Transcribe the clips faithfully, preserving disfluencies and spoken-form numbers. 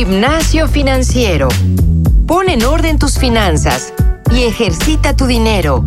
Gimnasio Financiero. Pon en orden tus finanzas y ejercita tu dinero.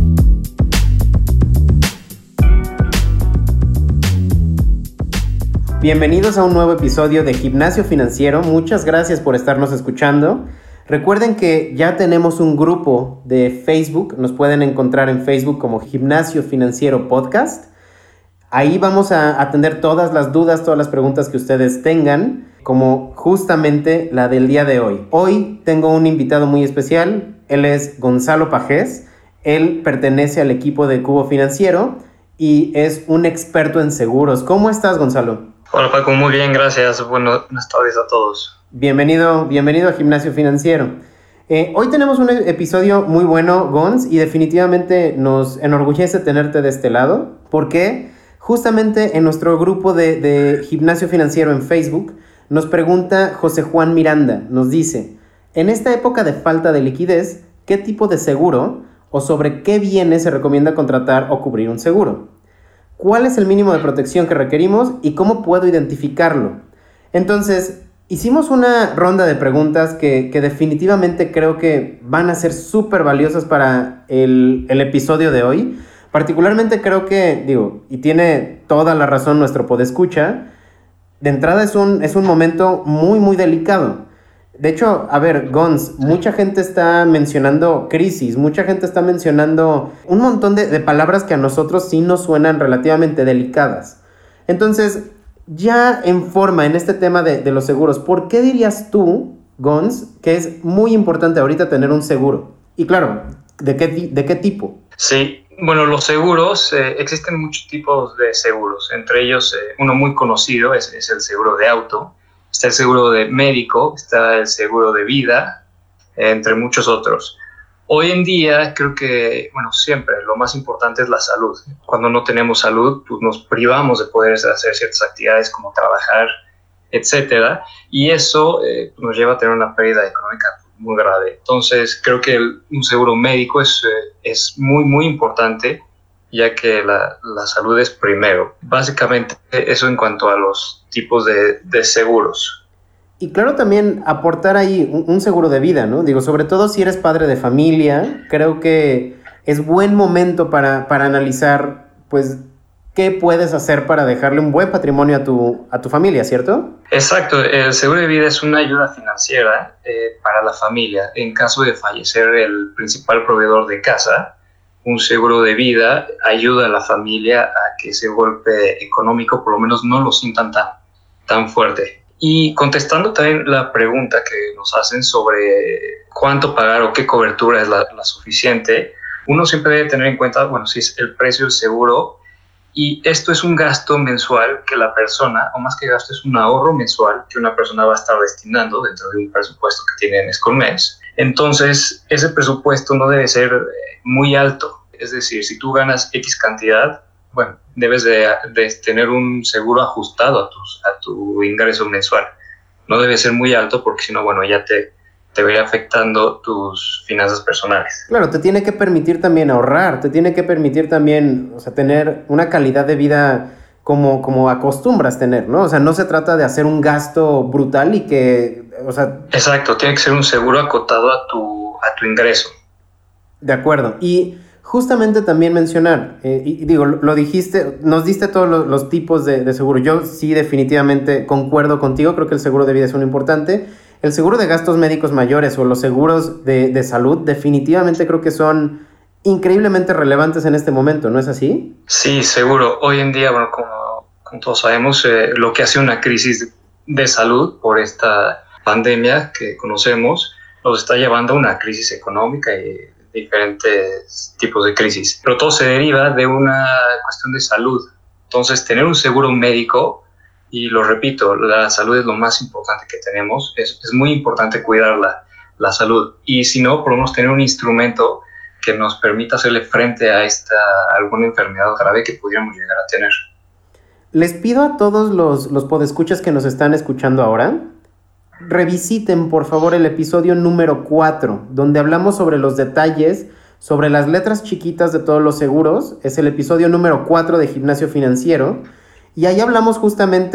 Bienvenidos a un nuevo episodio de Gimnasio Financiero. Muchas gracias por estarnos escuchando. Recuerden que ya tenemos un grupo de Facebook. Nos pueden encontrar en Facebook como Gimnasio Financiero Podcast. Ahí vamos a atender todas las dudas, todas las preguntas que ustedes tengan, como justamente la del día de hoy. Hoy tengo un invitado muy especial. Él es Gonzalo Pajés. Él pertenece al equipo de Cubo Financiero y es un experto en seguros. ¿Cómo estás, Gonzalo? Hola, Paco. Muy bien, gracias. Buenas tardes a todos. Bienvenido, bienvenido a Gimnasio Financiero. Eh, hoy tenemos un episodio muy bueno, Gonz, y definitivamente nos enorgullece tenerte de este lado. ¿Por qué? Justamente en nuestro grupo de, de Gimnasio Financiero en Facebook nos pregunta José Juan Miranda, nos dice: en esta época de falta de liquidez, ¿qué tipo de seguro o sobre qué bienes se recomienda contratar o cubrir un seguro? ¿Cuál es el mínimo de protección que requerimos y cómo puedo identificarlo? Entonces, hicimos una ronda de preguntas que, que definitivamente creo que van a ser súper valiosas para el, el episodio de hoy. Particularmente creo que, digo, y tiene toda la razón nuestro podescucha, de entrada es un, es un momento muy, muy delicado. De hecho, a ver, Gonz, mucha gente está mencionando crisis, mucha gente está mencionando un montón de, de palabras que a nosotros sí nos suenan relativamente delicadas. Entonces, ya en forma, en este tema de, de los seguros, ¿por qué dirías tú, Gonz, que es muy importante ahorita tener un seguro? Y claro, ¿de qué, de qué tipo? Sí. Bueno, los seguros, eh, existen muchos tipos de seguros. Entre ellos, eh, uno muy conocido es, es el seguro de auto, está el seguro de médico, está el seguro de vida, eh, entre muchos otros. Hoy en día, creo que, bueno, siempre lo más importante es la salud. Cuando no tenemos salud, pues nos privamos de poder hacer ciertas actividades como trabajar, etcétera. Y eso eh, nos lleva a tener una pérdida económica muy grave. Entonces, creo que el, un seguro médico es, eh, es muy, muy importante, ya que la, la salud es primero. Básicamente, eso en cuanto a los tipos de, de seguros. Y claro, también aportar ahí un, un seguro de vida, ¿no? Digo, sobre todo si eres padre de familia, creo que es buen momento para, para analizar, pues, ¿qué puedes hacer para dejarle un buen patrimonio a tu, a tu familia, cierto? Exacto. El seguro de vida es una ayuda financiera eh, para la familia. En caso de fallecer el principal proveedor de casa, un seguro de vida ayuda a la familia a que ese golpe económico por lo menos no lo sientan tan, tan fuerte. Y contestando también la pregunta que nos hacen sobre cuánto pagar o qué cobertura es la, la suficiente, uno siempre debe tener en cuenta, bueno, si es el precio del seguro. Y esto es un gasto mensual que la persona, o más que gasto, es un ahorro mensual que una persona va a estar destinando dentro de un presupuesto que tiene mes con mes. Entonces, ese presupuesto no debe ser muy alto. Es decir, si tú ganas X cantidad, bueno, debes de, de tener un seguro ajustado a, tus, a tu ingreso mensual. No debe ser muy alto porque si no, bueno, ya te... te va a ir afectando tus finanzas personales. Claro, te tiene que permitir también ahorrar, te tiene que permitir también, o sea, tener una calidad de vida como, como acostumbras tener, ¿no? O sea, no se trata de hacer un gasto brutal y que, o sea... Exacto, tiene que ser un seguro acotado a tu, a tu ingreso. De acuerdo, y justamente también mencionar, eh, y digo, lo, lo dijiste, nos diste todos los, los tipos de, de seguro. Yo sí definitivamente concuerdo contigo, creo que el seguro de vida es uno importante. El seguro de gastos médicos mayores o los seguros de, de salud definitivamente creo que son increíblemente relevantes en este momento, ¿no es así? Sí, seguro. Hoy en día, bueno, como, como todos sabemos, eh, lo que hace una crisis de salud por esta pandemia que conocemos nos está llevando a una crisis económica y diferentes tipos de crisis. Pero todo se deriva de una cuestión de salud. Entonces, tener un seguro médico, y lo repito, la salud es lo más importante que tenemos. Es, es muy importante cuidar la, la salud. Y si no, por lo menos tener un instrumento que nos permita hacerle frente a esta alguna enfermedad grave que pudiéramos llegar a tener. Les pido a todos los, los podescuchas que nos están escuchando ahora, revisiten por favor el episodio número cuatro, donde hablamos sobre los detalles, sobre las letras chiquitas de todos los seguros. Es el episodio número cuatro de Gimnasio Financiero. Y ahí hablamos justamente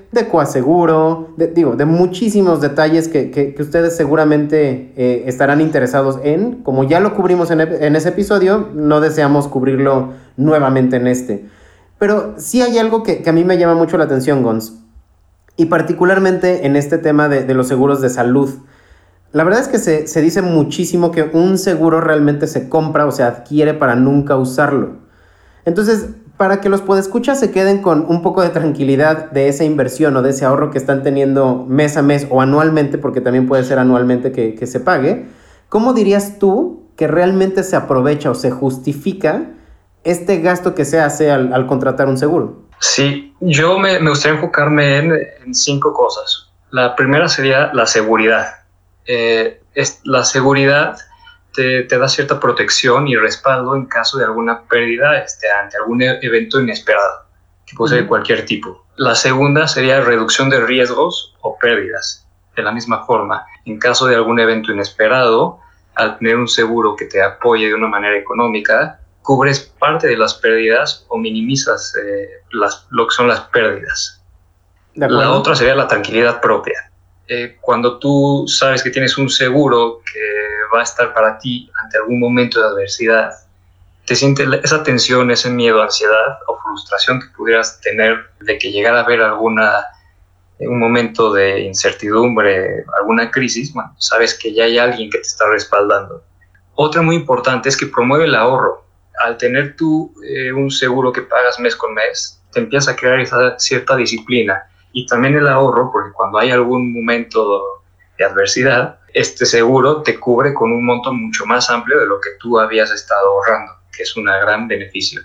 de coaseguro, de, digo, de muchísimos detalles que, que, que ustedes seguramente eh, estarán interesados en. Como ya lo cubrimos en, en ese episodio, no deseamos cubrirlo nuevamente en este. Pero sí hay algo que, que a mí me llama mucho la atención, Gons, y particularmente en este tema de, de los seguros de salud. La verdad es que se, se dice muchísimo que un seguro realmente se compra o se adquiere para nunca usarlo. Entonces, para que los podescuchas se queden con un poco de tranquilidad de esa inversión o de ese ahorro que están teniendo mes a mes o anualmente, porque también puede ser anualmente que, que se pague, ¿cómo dirías tú que realmente se aprovecha o se justifica este gasto que se hace al, al contratar un seguro? Sí, yo me, me gustaría enfocarme en, en cinco cosas. La primera sería la seguridad. Eh, es, la seguridad te, te da cierta protección y respaldo en caso de alguna pérdida este, ante algún evento inesperado, que puede ser de cualquier tipo. La segunda sería reducción de riesgos o pérdidas. De la misma forma, en caso de algún evento inesperado, al tener un seguro que te apoye de una manera económica, cubres parte de las pérdidas o minimizas eh, las, lo que son las pérdidas. La otra sería la tranquilidad propia. Eh, cuando tú sabes que tienes un seguro que va a estar para ti ante algún momento de adversidad, te sientes esa tensión, ese miedo, ansiedad o frustración que pudieras tener de que llegara a haber alguna, un momento de incertidumbre, alguna crisis, bueno, sabes que ya hay alguien que te está respaldando. Otra muy importante es que promueve el ahorro. Al tener tú eh, un seguro que pagas mes con mes, te empieza a crear esa cierta disciplina. Y también el ahorro, porque cuando hay algún momento de adversidad, este seguro te cubre con un monto mucho más amplio de lo que tú habías estado ahorrando, que es un gran beneficio.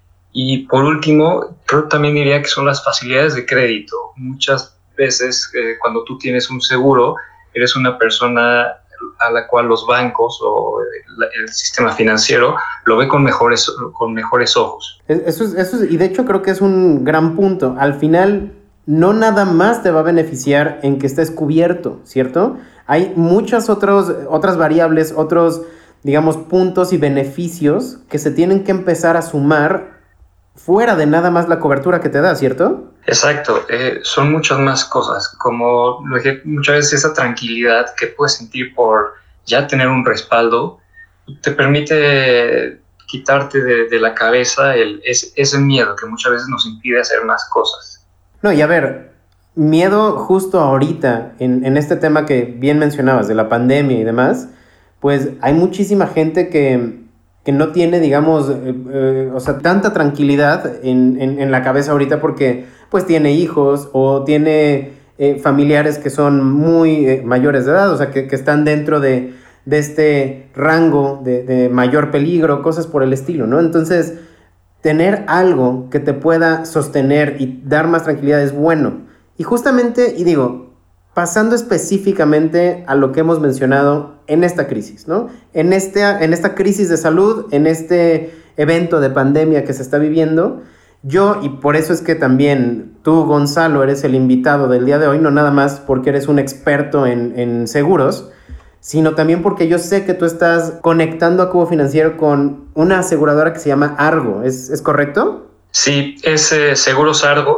Y por último, creo también diría que son las facilidades de crédito. Muchas veces eh, cuando tú tienes un seguro, eres una persona a la cual los bancos o el, el sistema financiero lo ve con mejores, con mejores ojos. Eso es, eso es, y de hecho creo que es un gran punto. Al final, no nada más te va a beneficiar en que estés cubierto, ¿cierto? Hay muchas otros, otras variables, otros, digamos, puntos y beneficios que se tienen que empezar a sumar fuera de nada más la cobertura que te da, ¿cierto? Exacto, eh, son muchas más cosas, como lo dije, muchas veces esa tranquilidad que puedes sentir por ya tener un respaldo, te permite quitarte de, de la cabeza el, ese, ese miedo que muchas veces nos impide hacer más cosas. No, y a ver, miedo justo ahorita, en, en este tema que bien mencionabas, de la pandemia y demás, pues hay muchísima gente que, que no tiene, digamos, eh, eh, o sea, tanta tranquilidad en, en, en la cabeza ahorita porque pues tiene hijos o tiene eh, familiares que son muy eh, mayores de edad, o sea, que, que están dentro de, de este rango de, de mayor peligro, cosas por el estilo, ¿no? Entonces, tener algo que te pueda sostener y dar más tranquilidad es bueno. Y justamente, y digo, pasando específicamente a lo que hemos mencionado en esta crisis, ¿no? En, este, en esta crisis de salud, en este evento de pandemia que se está viviendo, yo, y por eso es que también tú, Gonzalo, eres el invitado del día de hoy, no nada más porque eres un experto en, en seguros, sino también porque yo sé que tú estás conectando a Cubo Financiero con una aseguradora que se llama Argo, ¿es, es correcto? Sí, es eh, Seguros Argo.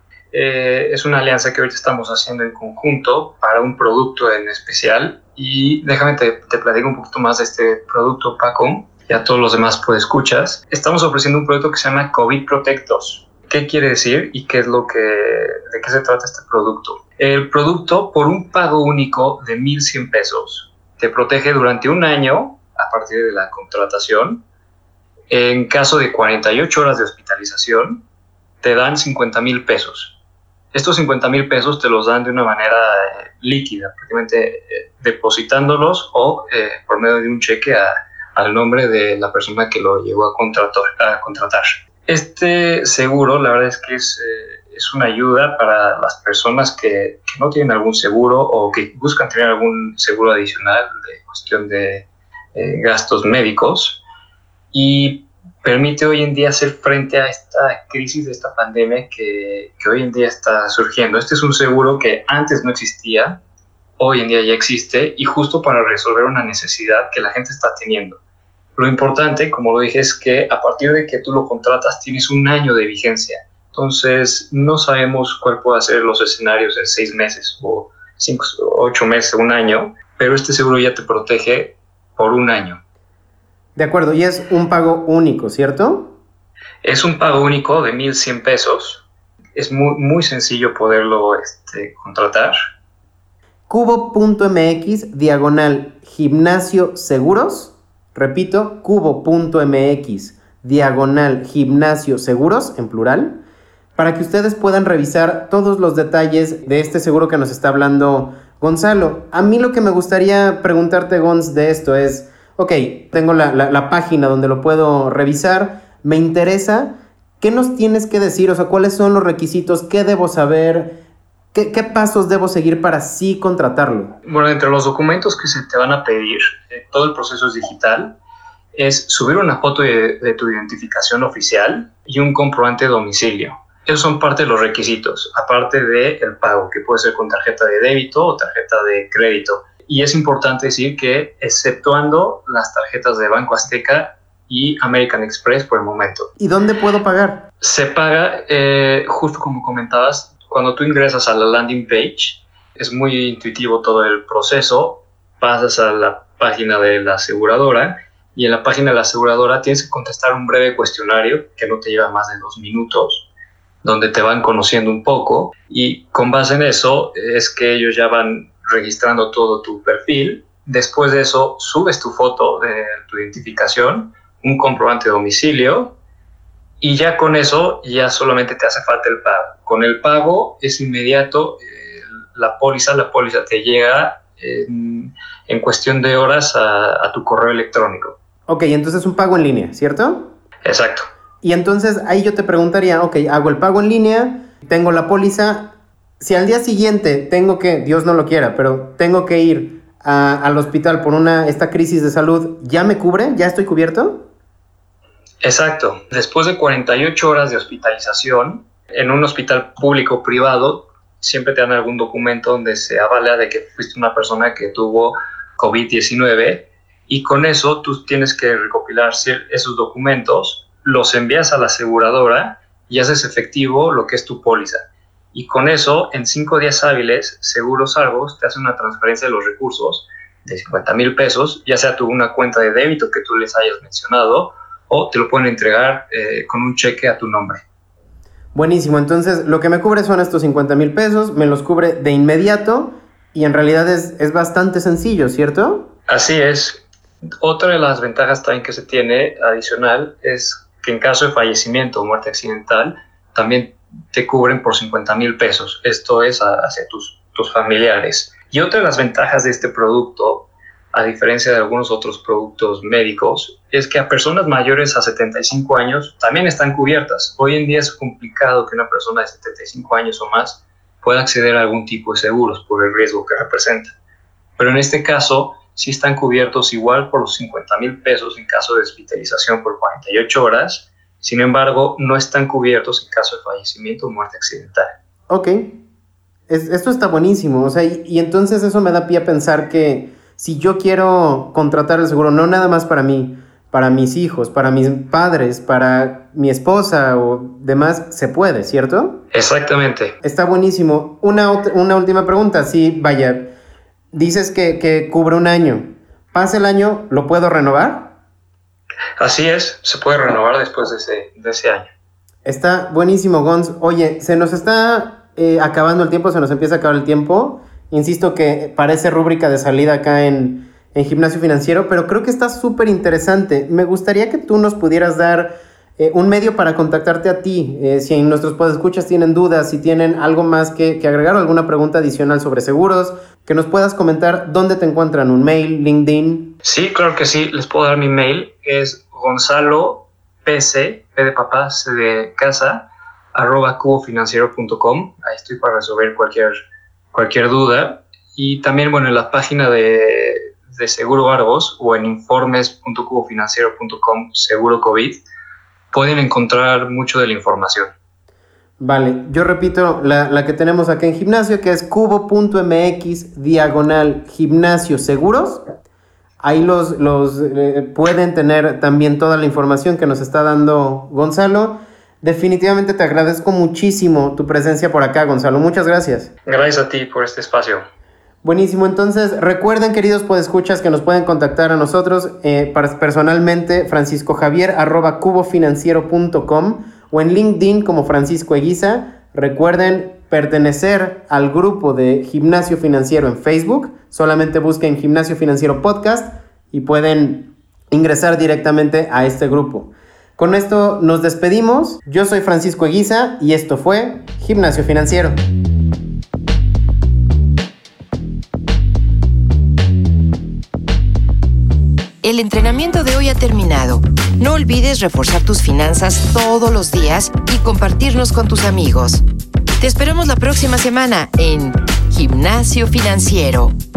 Eh, es una alianza que ahorita estamos haciendo en conjunto para un producto en especial. Y déjame te, te platico un poquito más de este producto, Paco, y a todos los demás podescuchas. Estamos ofreciendo un producto que se llama COVID Protect dos. ¿Qué quiere decir y qué es lo que, de qué se trata este producto? El producto, por un pago único de mil cien pesos, te protege durante un año a partir de la contratación. En caso de cuarenta y ocho horas de hospitalización, te dan cincuenta mil pesos. Estos cincuenta mil pesos te los dan de una manera eh, líquida, prácticamente eh, depositándolos o eh, por medio de un cheque a, al nombre de la persona que lo llegó a contratar. A contratar. Este seguro, la verdad es que es, eh, es una ayuda para las personas que, que no tienen algún seguro o que buscan tener algún seguro adicional de cuestión de eh, gastos médicos, y permite hoy en día hacer frente a esta crisis, de esta pandemia que, que hoy en día está surgiendo. Este es un seguro que antes no existía, hoy en día ya existe, y justo para resolver una necesidad que la gente está teniendo. Lo importante, como lo dije, es que a partir de que tú lo contratas tienes un año de vigencia, entonces no sabemos cuál puede ser los escenarios en seis meses o cinco, ocho meses, un año, pero este seguro ya te protege por un año. De acuerdo, y es un pago único, ¿cierto? Es un pago único de mil cien pesos. Es muy, muy sencillo poderlo este, contratar. Cubo.mx, diagonal, gimnasio seguros. Repito, cubo.mx, diagonal, gimnasio seguros, en plural, para que ustedes puedan revisar todos los detalles de este seguro que nos está hablando Gonzalo. A mí lo que me gustaría preguntarte, Gonz, de esto es, ok, tengo la, la, la página donde lo puedo revisar, me interesa, ¿qué nos tienes que decir? O sea, ¿cuáles son los requisitos? ¿Qué debo saber? ¿Qué, qué pasos debo seguir para sí contratarlo? Bueno, entre los documentos que se te van a pedir, eh, todo el proceso es digital, es subir una foto de, de tu identificación oficial y un comprobante de domicilio. Esos son parte de los requisitos, aparte del pago, que puede ser con tarjeta de débito o tarjeta de crédito. Y es importante decir que, exceptuando las tarjetas de Banco Azteca y American Express por el momento. ¿Y dónde puedo pagar? Se paga, eh, justo como comentabas, cuando tú ingresas a la landing page. Es muy intuitivo todo el proceso. Pasas a la página de la aseguradora y en la página de la aseguradora tienes que contestar un breve cuestionario que no te lleva más de dos minutos, donde te van conociendo un poco, y con base en eso es que ellos ya van registrando todo tu perfil. Después de eso subes tu foto de tu identificación, un comprobante de domicilio, y ya con eso ya solamente te hace falta el pago. Con el pago es inmediato, eh, la póliza, la póliza te llega en, en cuestión de horas a, a tu correo electrónico. Ok, entonces un pago en línea, ¿cierto? Exacto. Y entonces ahí yo te preguntaría, ok, hago el pago en línea, tengo la póliza, si al día siguiente tengo que, Dios no lo quiera, pero tengo que ir a, al hospital por una, esta crisis de salud, ¿ya me cubre? ¿Ya estoy cubierto? Exacto. Después de cuarenta y ocho horas de hospitalización, en un hospital público o privado, siempre te dan algún documento donde se avala de que fuiste una persona que tuvo COVID diecinueve, y con eso tú tienes que recopilar esos documentos, los envías a la aseguradora y haces efectivo lo que es tu póliza. Y con eso, en cinco días hábiles, Seguros Argos te hace una transferencia de los recursos de cincuenta mil pesos, ya sea tu una cuenta de débito que tú les hayas mencionado, o te lo pueden entregar eh, con un cheque a tu nombre. Buenísimo, entonces lo que me cubre son estos cincuenta mil pesos, me los cubre de inmediato y en realidad es, es bastante sencillo, ¿cierto? Así es. Otra de las ventajas también que se tiene adicional es que en caso de fallecimiento o muerte accidental también te cubren por cincuenta mil pesos. Esto es a, hacia tus, tus familiares. Y otra de las ventajas de este producto, a diferencia de algunos otros productos médicos, es que a personas mayores a setenta y cinco años también están cubiertas. Hoy en día es complicado que una persona de setenta y cinco años o más pueda acceder a algún tipo de seguros por el riesgo que representa. Pero en este caso sí están cubiertos igual por los cincuenta mil pesos en caso de hospitalización por cuarenta y ocho horas. Sin embargo, no están cubiertos en caso de fallecimiento o muerte accidental. Ok. Es, esto está buenísimo. O sea, y, y entonces eso me da pie a pensar que si yo quiero contratar el seguro, no nada más para mí, para mis hijos, para mis padres, para mi esposa o demás, se puede, ¿cierto? Exactamente. Está buenísimo. Una, una última pregunta. Sí, vaya, dices que, que cubre un año. ¿Pasa el año, lo puedo renovar? Así es, se puede renovar después de ese, de ese año. Está buenísimo, Gonz. Oye, se nos está eh, acabando el tiempo, se nos empieza a acabar el tiempo. Insisto que parece rúbrica de salida acá en, en Gimnasio Financiero, pero creo que está súper interesante. Me gustaría que tú nos pudieras dar eh, un medio para contactarte a ti. Eh, si nuestros podescuchas tienen dudas, si tienen algo más que, que agregar o alguna pregunta adicional sobre seguros, que nos puedas comentar dónde te encuentran, un mail, LinkedIn. Sí, claro que sí. Les puedo dar mi mail. Es Gonzalo P C, P de papá, C de casa, arroba cubofinanciero punto com. Ahí estoy para resolver cualquier... cualquier duda. Y también, bueno, en la página de, de Seguro Argos o en informes punto cubofinanciero punto com, Seguro COVID, pueden encontrar mucho de la información. Vale, yo repito la, la que tenemos acá en Gimnasio, que es cubo.mx diagonal gimnasio seguros. Ahí los, los eh, pueden tener también toda la información que nos está dando Gonzalo. Definitivamente te agradezco muchísimo tu presencia por acá, Gonzalo. Muchas gracias. Gracias a ti por este espacio. Buenísimo, entonces recuerden, queridos podescuchas, que nos pueden contactar a nosotros eh, personalmente, francisco javier arroba cubofinanciero punto com o en LinkedIn como Francisco Eguiza. Recuerden pertenecer al grupo de Gimnasio Financiero en Facebook. Solamente busquen Gimnasio Financiero Podcast y pueden ingresar directamente a este grupo. Con esto nos despedimos. Yo soy Francisco Eguiza y esto fue Gimnasio Financiero. El entrenamiento de hoy ha terminado. No olvides reforzar tus finanzas todos los días y compartirnos con tus amigos. Te esperamos la próxima semana en Gimnasio Financiero.